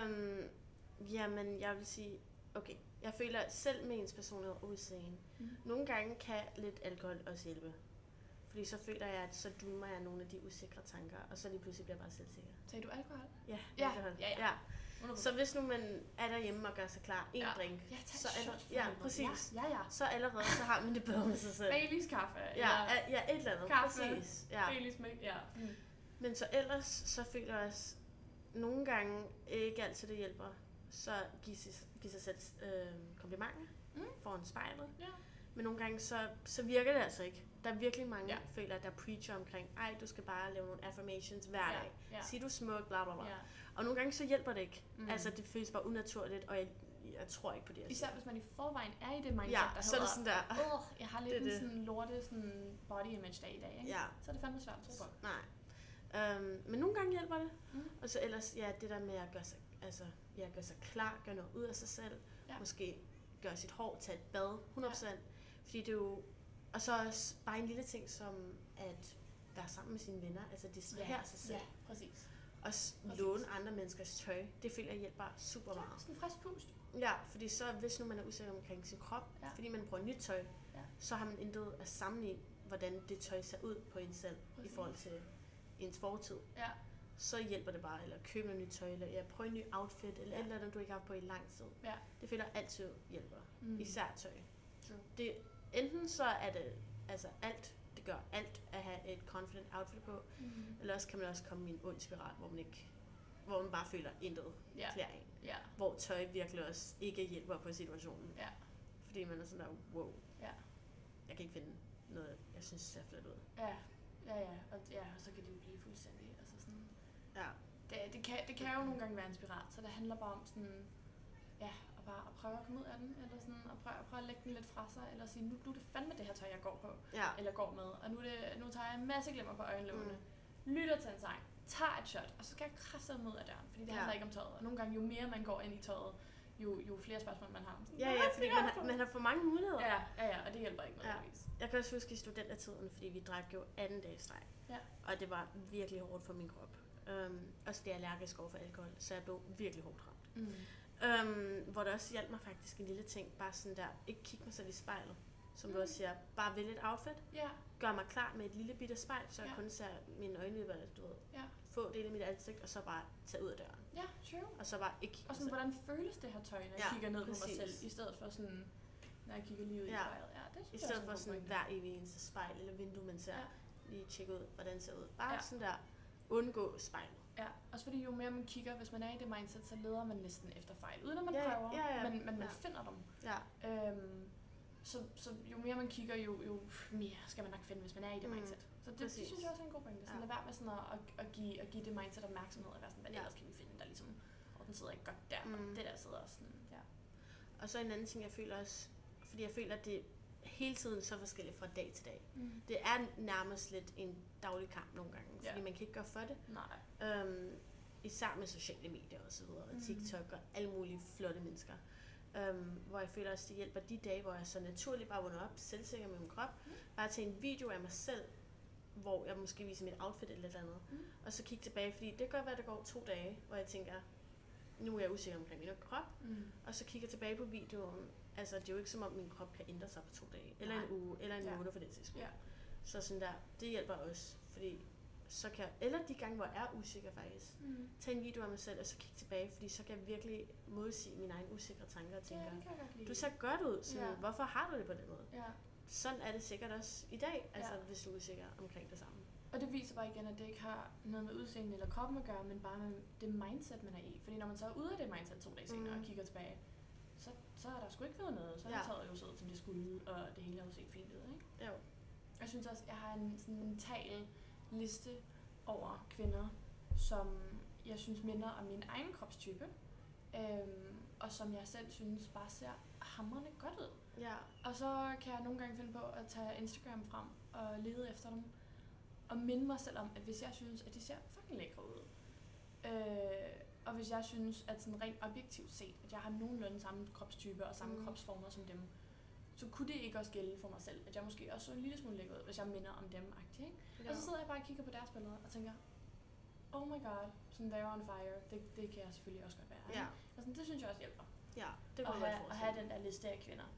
Jamen, jeg vil sige, okay, jeg føler selv med ens personlighed og udseende. Nogle gange kan lidt alkohol også hjælpe. Fordi så føler jeg, at så dummer jeg nogle af de usikre tanker, og så lige pludselig bliver jeg bare selvsikker. Sagde du alkohol? Ja, ja. alkohol. Ja. Så hvis nu man er derhjemme og gør sig klar, en drink, så præcis. Ja. Så allerede så har man det bedre med sig selv. Baileys kaffe. Ja, et eller andet. Kaffe. Præcis. Ja. Baileys mælk, ja. Men så ellers, så føler jeg også, nogle gange, ikke altid det hjælper, så give sig selv komplimenter foran spejlet. Ja. Men nogle gange, så virker det altså ikke. Der er virkelig mange, føler, at der preacher omkring, ej, du skal bare lave nogle affirmations hver dag. Sig du smuk, bla bla bla. Ja. Og nogle gange, så hjælper det ikke. Altså, det føles bare unaturligt, og jeg tror ikke på det. Især hvis man i forvejen er i det mindset, der så er det sådan der. Jeg har lidt en sådan lorte sådan body image dag i dag, ikke? Ja. Så er det fandme svært at tro på. Nej. Men nogle gange hjælper det. Og så ellers, det der med at gøre sig klar, gøre noget ud af sig selv. Ja. Måske gøre sit hår, tage et bad, 100%. Ja. Fordi det er jo... Og så også bare en lille ting som at være sammen med sine venner, altså distrahere sig selv. Ja, præcis. Og låne andre menneskers tøj, det føler jeg hjælper super meget. Ja, sådan en frisk pust. Ja, fordi så hvis nu man er usikker omkring sin krop, fordi man bruger nyt tøj, så har man intet at sammenligne, hvordan det tøj ser ud på en selv, i forhold til ens fortid. Ja. Så hjælper det bare, eller købe noget nyt tøj, eller prøve en ny outfit, eller et eller andet, du ikke har haft på i lang tid. Ja. Det føler jeg altid hjælper, især tøj. Det, enten så er det det gør alt at have et confident outfit på, eller også kan man også komme i en ond spiral, hvor man bare føler intet klæder en. Ja. Hvor tøj virkelig også ikke hjælper på situationen. Ja. Fordi man er sådan der, wow, jeg kan ikke finde noget, jeg synes ser flot ud. Ja, og så kan det jo blive fuldstændig, altså sådan. Ja. Det kan jo nogle gange være en spiral, så det handler bare om sådan, og bare at prøve at komme ud af den, eller sådan, og prøve at lægge den lidt fra sig, eller sige, nu er det fandme det her tøj, jeg går på, eller går med, og nu tager jeg en masse glimmer på øjenlågene, lytter til en sang, tager et shot, og så skal jeg kraftedeme ud af døren, fordi det handler ikke om tøjet, og nogle gange, jo mere man går ind i tøjet, jo flere spørgsmål man har. Sådan, fordi man har for mange muligheder. Ja, og det hjælper ikke nødvendigvis. Jeg kan også huske i studentertiden, fordi vi drak jo 2. dages streg, og det var virkelig hårdt for min krop. Også det er allergisk over for alkohol, så jeg blev virkelig hårdt ramt. Hvor det også hjalp mig faktisk en lille ting, bare sådan der, ikke kigge mig selv i spejlet, som du også siger, bare vælge et outfit, gør mig klar med et lille bitte spejl, så jeg kun ser mine øjenvipper, du ved, få del af mit ansigt, og så bare tage ud af døren. Ja, true. Og så bare ikke kigge og sådan, hvordan føles det her tøj, når jeg kigger ned på mig selv, i stedet for sådan, når jeg kigger lige ud i spejlet. Ja, det i stedet for sådan hver evig eneste spejl eller vindue, man ser, lige tjekke ud, hvordan det ser ud. Bare sådan der, undgå spejlet. Ja, også fordi jo mere man kigger, hvis man er i det mindset, så leder man næsten efter fejl, uden at man prøver, men man finder dem. Ja. Så jo mere man kigger, jo mere skal man nok finde, hvis man er i det mindset. Så det synes jeg også er en god pointe. Lad være med sådan at give det mindset opmærksomhed, og være sådan, hvad ellers kan vi finde, der ligesom, og den sidder ikke godt der, og det der sidder også sådan, Og så en anden ting, jeg føler også, fordi jeg føler, at det hele tiden så forskelligt fra dag til dag. Det er nærmest lidt en daglig kamp nogle gange, fordi man kan ikke gøre for det. Nej. Især med sociale medier og så videre, og TikTok og alle mulige flotte mennesker. Hvor jeg føler også, det hjælper de dage, hvor jeg så naturligt bare vågner op, selvsikker med min krop, bare tage en video af mig selv, hvor jeg måske viser mit outfit eller lidt andet, og så kigge tilbage, fordi det kan godt være, der går 2 dage, hvor jeg tænker, nu er jeg usikker omkring min krop, og så kigger jeg tilbage på videoen. Altså, det er jo ikke som om, min krop kan ændre sig på 2 dage, eller en uge, eller en måned for det tidspunkt. Så sådan der, det hjælper også, fordi så kan jeg, eller de gange, hvor jeg er usikker faktisk, tage en video af mig selv, og så kigge tilbage, fordi så kan jeg virkelig modsige mine egne usikre tanker og tænker, du ser godt ud, så hvorfor har du det på den måde? sådan er det sikkert også i dag, altså hvis du er usikker omkring det samme. Og det viser bare igen, at det ikke har noget med udseendet eller kroppen at gøre, men bare med det mindset, man er i. Fordi når man så er ude af det mindset 2 dage senere og kigger tilbage, så har der sgu ikke været noget. Så er det taget jo siddet, som det skulle, og det hele har jo set fint ud, ikke? Jo. Jeg synes også, jeg har en sådan mental liste over kvinder, som jeg synes minder om min egen kropstype, og som jeg selv synes bare ser hamrende godt ud. Ja. Og så kan jeg nogle gange finde på at tage Instagram frem og lede efter dem, og minde mig selv om, at hvis jeg synes, at de ser fucking lækre ud, og hvis jeg synes, at sådan rent objektivt set, at jeg har nogenlunde samme kropstype og samme kropsformer som dem, så kunne det ikke også gælde for mig selv, at jeg måske også så en lille smule lækker ud, hvis jeg minder om dem-agtigt, ikke? Ja. Og så sidder jeg bare og kigger på deres billeder og tænker, oh my god, sådan they're on fire, det kan jeg selvfølgelig også godt være. Ja. Altså, det synes jeg også hjælper. Ja, det kunne at have den der liste af kvinder.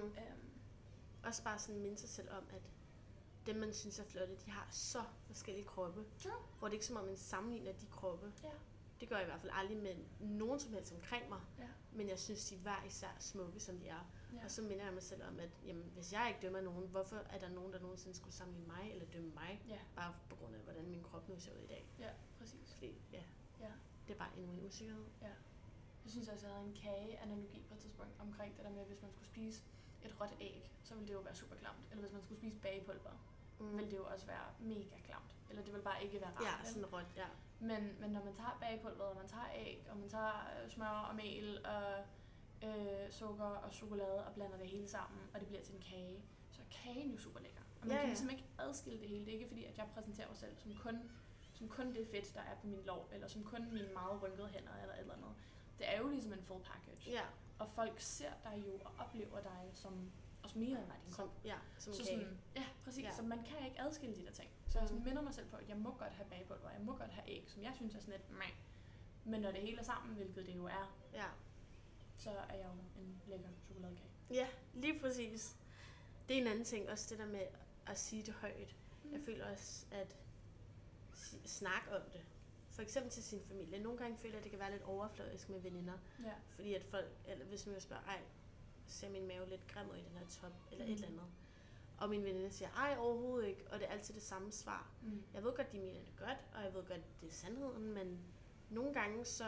Også bare sådan minde sig selv om, at dem man synes er flotte, de har så forskellige kroppe. True. Hvor det ikke som om man sammenligner de kroppe. Ja. Det gør jeg i hvert fald aldrig med nogen som helst omkring mig. Ja. Men jeg synes, de er hver især smukke, som de er. Ja. Og så minder jeg mig selv om, at jamen, hvis jeg ikke dømmer nogen, hvorfor er der nogen, der nogensinde skulle sammenligne mig eller dømme mig? Ja. Bare på grund af, hvordan min krop nu ser ud i dag. Ja, præcis. Fordi, ja. Det er bare endnu en usikkerhed. Ja. Jeg synes også, jeg havde en kageanalogi på et tidspunkt omkring det der med, at hvis man skulle spise et råt æg, så ville det jo være super klamt. Eller hvis man skulle spise bagepulver, ville det jo også være mega klamt. Eller det ville bare ikke være rart. Ja, sådan råt, ja. Men når man tager bagepulveret, og man tager æg, og man tager smør og mel og sukker og chokolade og blander det hele sammen, og det bliver til en kage, så er kagen jo super lækker. Og man kan ligesom ikke adskille det hele. Det er ikke fordi, at jeg præsenterer mig selv som kun det fedt, der er på min lår, eller som kun mine meget rynkede hænder eller et eller andet. Det er jo ligesom en full package. Ja. Og folk ser dig jo og oplever dig som også mere end din krop. Som så kage. Sådan, ja, præcis. Ja. Så man kan ikke adskille de der ting. Så jeg minder mig selv på, at jeg må godt have bagepulver, jeg må godt have æg, som jeg synes er sådan lidt meh. Men når det hele er sammen, hvilket det jo er, så er jeg jo en lækker chokoladekage. Ja, lige præcis. Det er en anden ting, også det der med at sige det højt. Jeg føler også, at snakke om det. For eksempel til sin familie. Nogle gange føler jeg, at det kan være lidt overfladisk med veninder. Ja. Fordi at folk, eller hvis man spørger, ej, ser min mave lidt grim ud i den her top, eller et eller andet. Og min veninde siger, ej, overhovedet ikke. Og det er altid det samme svar. Jeg ved godt, de mener det godt, og jeg ved godt, det er sandheden, men nogle gange så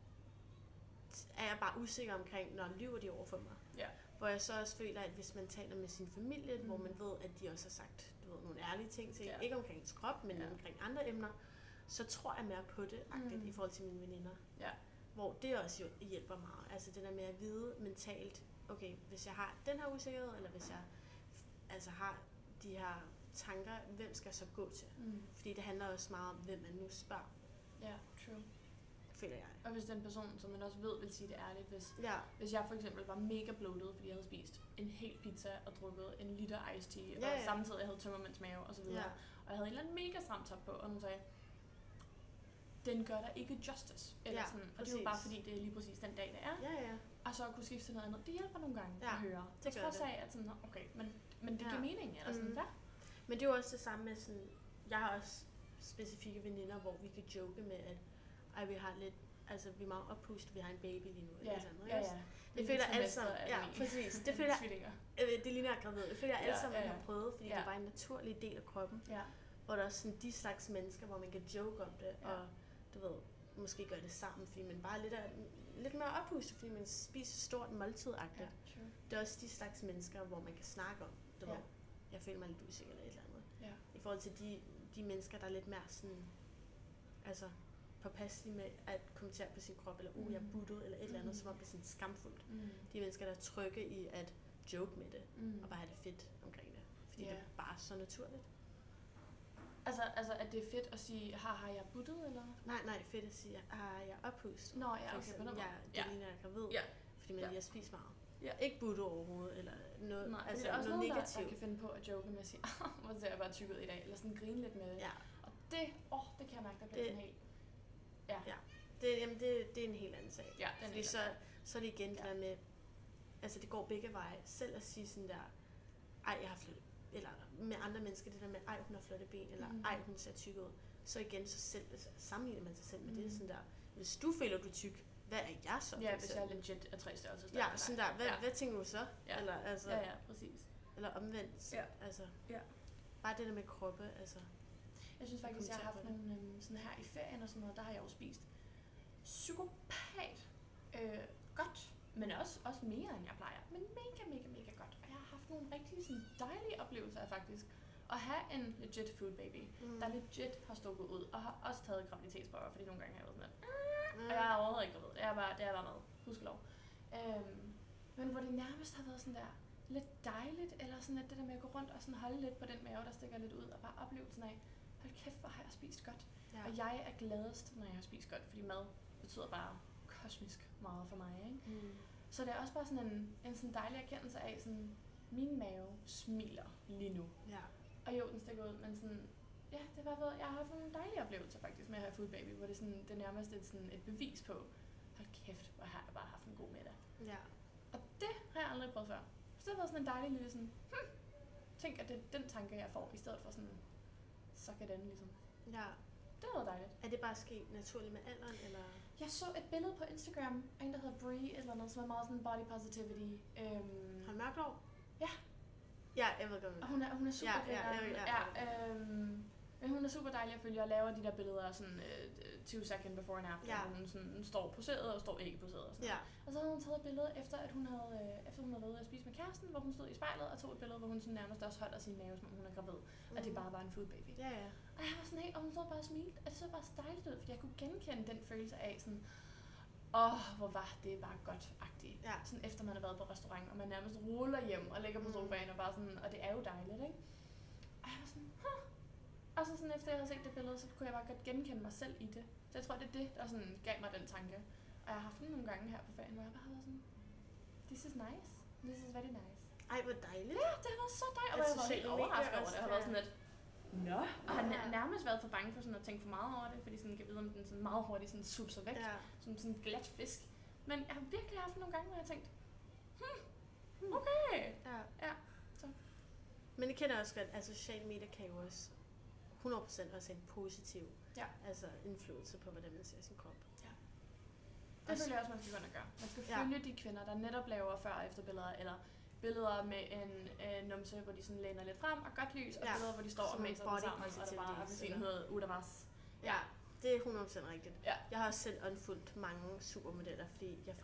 er jeg bare usikker omkring, når lyver de over for mig. Ja. Hvor jeg så også føler, at hvis man taler med sin familie, hvor man ved, at de også har sagt nogle ærlige ting til, ikke omkring ens krop, men omkring andre emner, så tror jeg mere på det, i forhold til mine veninder. Ja. Hvor det også jo hjælper meget. Altså det der med at vide mentalt, okay, hvis jeg har den her usikkerhed, eller hvis jeg har de her tanker, hvem skal jeg så gå til? Fordi det handler også meget om, hvem man nu spørger. Ja, true. Føler jeg. Og hvis den person, som man også ved, vil sige det ærligt, hvis jeg for eksempel var mega bloated, fordi jeg havde spist en hel pizza og drukket en liter iced tea, og samtidig havde tømmermændsmave og så videre, og jeg havde en eller anden mega stram top på, og hun sagde, den gør dig ikke justice. Eller sådan. Og det er jo bare fordi, det er lige præcis den dag, det er. Ja. Og så at kunne skifte til noget andet, det hjælper nogle gange at høre. Det trods af, at sådan, okay, men det giver mening, eller sådan, hvad? Men det er jo også det samme med sådan, jeg har også specifikke veninder, hvor vi kan joke med, at vi har lidt, altså vi er meget oppustet, vi har en baby lige nu, eller sådan noget. Ja. Det føler alle sammen, præcis. Det føler det ligner gravid. Det føler alle sammen, man har prøvet, fordi det er bare en naturlig del af kroppen. Ja. Hvor der er sådan de slags mennesker, hvor man kan joke om det, og du ved, måske gøre det sammen, fordi man bare er lidt mere oppustet, fordi man spiser stort måltid-agtigt. Det er også de slags mennesker, hvor man kan snakke om, du ved, jeg føler mig lidt usikker eller et eller andet. Ja. I forhold til de mennesker, der er lidt mere sådan, altså påpasselige med at kommentere på sin krop, eller jeg er buttet, eller et eller andet, som om det er sådan skamfuldt. De mennesker, der er trygge i at joke med det, og bare have det fedt omkring det. Fordi det er bare så naturligt. Altså, at det er fedt at sige, har jeg buttet, eller? Nej, fedt at sige, har jeg oppust. Nå, ja, okay, på den måde. Det ligner, jeg er gravid, fordi man lige har spist meget. Ja. Ikke buttet overhovedet, eller noget, nej, altså det er også noget negativt. Der kan finde på at joke med at sige, hvor ser jeg bare tyk ud i dag, eller sådan grine lidt med det. Ja. Og det kan jeg mærke, der bliver sådan helt. Ja. Det er en helt anden sag. Ja, fordi så er det igen det der med, altså det går begge veje. Selv at sige sådan der, ej, jeg har flyttet, eller med andre mennesker, det der med, ej, hun har flotte ben, eller ej, hun ser tyk ud. Så igen, så sammenligner man sig selv med det sådan der, hvis du føler, du er tyk, hvad er jeg så? Ja, hvis jeg legit er 3 størrelser. Ja, sådan der, hvad tænker du så? Ja. Eller, altså, ja, præcis. Eller omvendt. Ja. Altså, Ja. bare det der med kroppe, altså. Jeg synes faktisk, jeg har haft kommentere nogle sådan her i ferien og sådan noget, der har jeg jo spist psykopat godt, men også mere end jeg plejer. Men mega godt. Og jeg har haft nogle rigtig sådan dejlige oplevelser faktisk. At have en legit food baby, der legit har stukket ud, og har også taget graviditetsprøver, fordi nogle gange har jeg været sådan lidt, og jeg er overhovedet ikke gravid. Det er bare med. Hudskelov. Men hvor det nærmest har været sådan der lidt dejligt, eller sådan lidt det der med at gå rundt og sådan holde lidt på den mave, der stikker lidt ud, og bare oplevelsen af, hold kæft, hvor har jeg spist godt. Ja. Og jeg er gladest, når jeg har spist godt, fordi mad betyder bare kosmisk meget for mig, ikke? Så det er også bare sådan en sådan dejlig erkendelse af, sådan, min mave smiler lige nu. Ja. Og jo, den stikker ud, men sådan, ja, det var været, jeg har haft nogle dejlige oplevelser faktisk med at have food baby, hvor det sådan, det er nærmest et bevis på, hold kæft, hvor har jeg bare haft en god middag. Ja. Og det har jeg aldrig prøvet før. Så det har været sådan en dejlig lille sådan, tænk, at det er den tanke, jeg får, i stedet for sådan, så kan den ligesom. Ja. Det har været dejligt. Er det bare sket naturligt med alderen, eller? Jeg så et billede på Instagram af en, der hedder Brie, eller noget, som er meget sådan body positivity. Har mørkt hår? Ja. Ja, jeg ved godt. Og hun er super men hun er super dejlig at følge og laver de der billeder sådan 20 second before and after, hvor hun sådan står poseret og står ikke poseret og sådan noget. Og så havde hun taget et billede efter at hun havde været ude at spise med kæresten, hvor hun stod i spejlet og tog et billede, hvor hun sådan nærmest også holder sin mave, som om hun er gravid, og det bare var en food baby. Ja. Og jeg var sådan helt, og hun stod bare og smilte, og det så bare så dejligt ud, fordi jeg kunne genkende den følelse af sådan, hvor var det bare godt-agtigt. Ja. Sådan efter man har været på restaurant, og man nærmest ruller hjem og ligger på sofaen og bare sådan, og det er jo dejligt, ikke? Og jeg var sådan, Og så sådan efter jeg havde set det billede, så kunne jeg bare godt genkende mig selv i det. Så jeg tror, det er det, der sådan gav mig den tanke. Og jeg har haft den nogle gange her på ferien, hvor jeg bare har været sådan, this is nice, this is very nice. Ej, hvor dejligt. Ja, det har været så dejligt, og jeg har været helt overrasket over det. Jeg har været sådan lidt, og har nærmest været for bange for sådan at tænke for meget over det, fordi sådan kan vide, om den sådan meget hurtigt sådan supser væk, som sådan en glat fisk. Men jeg har virkelig haft nogle gange, hvor jeg har tænkt, okay. Ja. Så. Men jeg kender også godt, at sociale medier kan jo også 100% også en positiv indflydelse på, hvordan man ser sin krop. Ja. Det føler jeg også, man skal gå ind og gøre. Man skal følge de kvinder, der netop laver før- og efterbilleder, eller billeder med en numse, hvor de sådan læner lidt frem og godt lys, og billeder, hvor de står og mæser den sammen, og der bare appelsin hedder Udavas. Ja, det er 100% rigtigt. Ja. Jeg har også selv unfulgt mange supermodeller, fordi jeg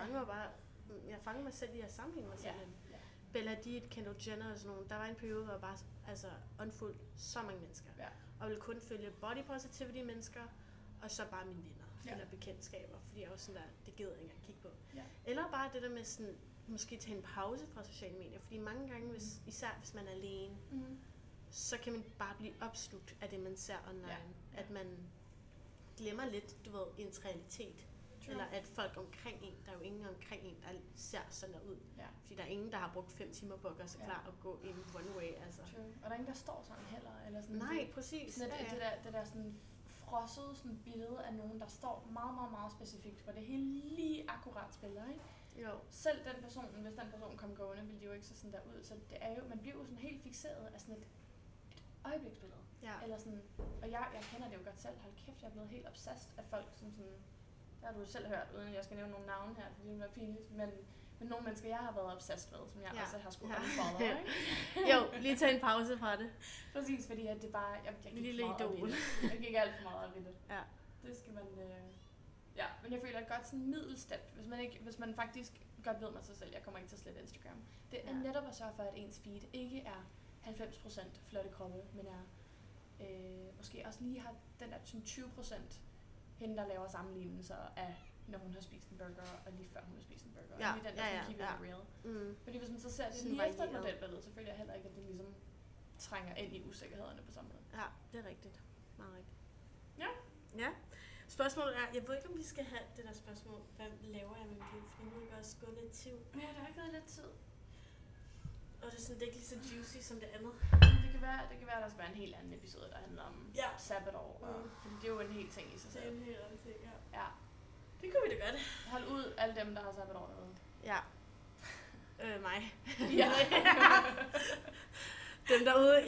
fanger mig selv i at sammenligne mig selv. Ja. Bella Hadid, Kendall Jenner og sådan nogle. Der var en periode, hvor jeg bare unfulgt så mange mennesker. Ja. Og ville kun følge body positivity mennesker, og så bare mine venner eller bekendtskaber, fordi jeg var sådan der, det gider jeg ikke engang kigge på. Ja. Eller bare det der med sådan, måske tage en pause fra sociale medier, fordi mange gange, især hvis man er alene, så kan man bare blive opslugt af det, man ser online. Ja. At man glemmer lidt, du ved, ens realitet. True. Eller at folk omkring en, der er jo ingen omkring en, der ser sådan der ud. Ja. Fordi der er ingen, der har brugt 5 timer på at gøre sig klar og gå en one way. Altså. True. Og der er ingen, der står sådan heller. Eller sådan Nej, præcis. Sådan det der sådan frosset sådan billede af nogen, der står meget, meget, meget specifikt, hvor det hele lige akkurat spiller, ikke? Jo. Selv den person, hvis den person kom gående, ville de jo ikke se sådan der ud. Så det er jo, man bliver jo sådan helt fikseret af sådan et øjebliksbillede. Ja. Eller sådan, og jeg kender det jo godt selv. Hold kæft, jeg er blevet helt obsessed af folk, som sådan, det har du selv hørt, uden jeg skal nævne nogle navne her, fordi det er pinligt, men nogle mennesker, jeg har været obsessed med, som jeg også har skulle unfollow, ikke? Jo, lige tage en pause fra det. Præcis, fordi at det bare, jeg gik lille meget op i det. Jeg gik alt for meget op i det. Ja. Det skal man, men jeg føler et godt sådan middelstep, hvis man faktisk godt ved med sig selv, jeg kommer ikke til at slette Instagram. Det er netop at sørge for, at ens feed ikke er 90% flotte kroppe, men er måske også lige har den der 20% hende, der laver sammenlignelser af, når hun har spist en burger, og lige før hun har spist en burger. Ja, og lige den der keep it real. Fordi hvis man så ser det sådan lige efter et modelbillede, så føler jeg heller ikke, at det ligesom trænger ind i usikkerhederne på samme måde. Ja, det er rigtigt. Meget rigtigt. Ja. Spørgsmålet er, jeg ved ikke, om vi skal have det der spørgsmål, hvad laver jeg med mit liv? Fordi nu er det også gået lidt tid. Ja, der er gået lidt tid. Og det er sådan, det er ikke lige så juicy som det andet. Det kan være, at der skal være en helt anden episode, der handler om sabbatår. Fordi det er jo en hel ting i sig selv. Det er en helt anden ting, ja. Det kunne vi da godt. Hold ud alle dem, der har sabbatår derude. Ja. Mig. Ja. Dem derude,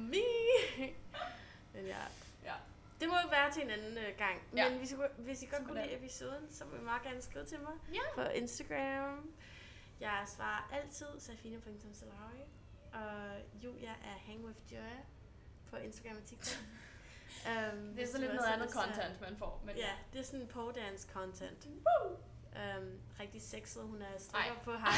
Men ja. Det må jo være til en anden gang. Men hvis I godt kunne lide episoden, så vil I meget gerne skrive til mig på Instagram. Jeg svarer altid safine.salawi. og Julia er Hang with Joy på Instagram og TikTok. Det er så lidt noget andet content, man får. Men ja, det er sådan pole dance content. Woo! Rigtig sexet, hun er strikker på hej.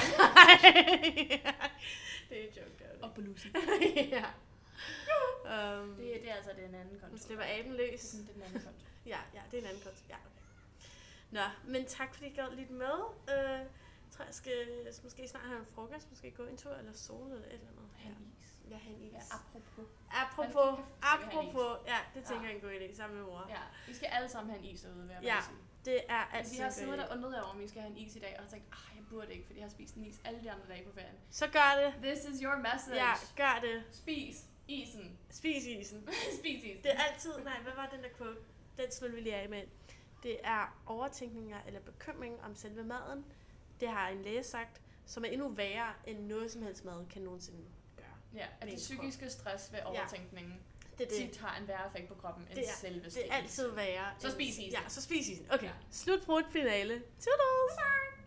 Det er en joke, der. Og blusen. Ja. Det er altså den anden konto. Hun slipper aben løs. Det er den anden konto. Ja, det er en anden konto. Ja, okay. Nå, men tak fordi I gad lidt med. Jeg tror, jeg skal måske snart have en frokost, måske gå en tur eller sole eller et eller andet. Han is. Ja, han is. Ja, apropos. Apropos. Ja, det tænker jeg er en god idé sammen med mor. Ja, vi skal alle sammen have en is derude, vil jeg Ja, bare sige. det er altid vi har siddet og undret over, om vi skal have en is i dag, og har tænkt, jeg burde ikke, fordi jeg har spist en is alle de andre dage på ferien. Så gør det. This is your message. Ja, gør det. Spis isen. Spis isen. Spis isen. Det er altid, hvad var den der quote? Den slutter vi lige af med. Det er overtænkninger eller bekymring om selve maden. Det har en læge sagt, som er endnu værre end noget som helst mad kan nogensinde gøre. Ja, at det psykiske stress ved overtænkningen tit har en værre effekt på kroppen end selve det er altid værre. Så spis isen. Ja, så spis isen. Okay, ja. Slut finale. Toodles!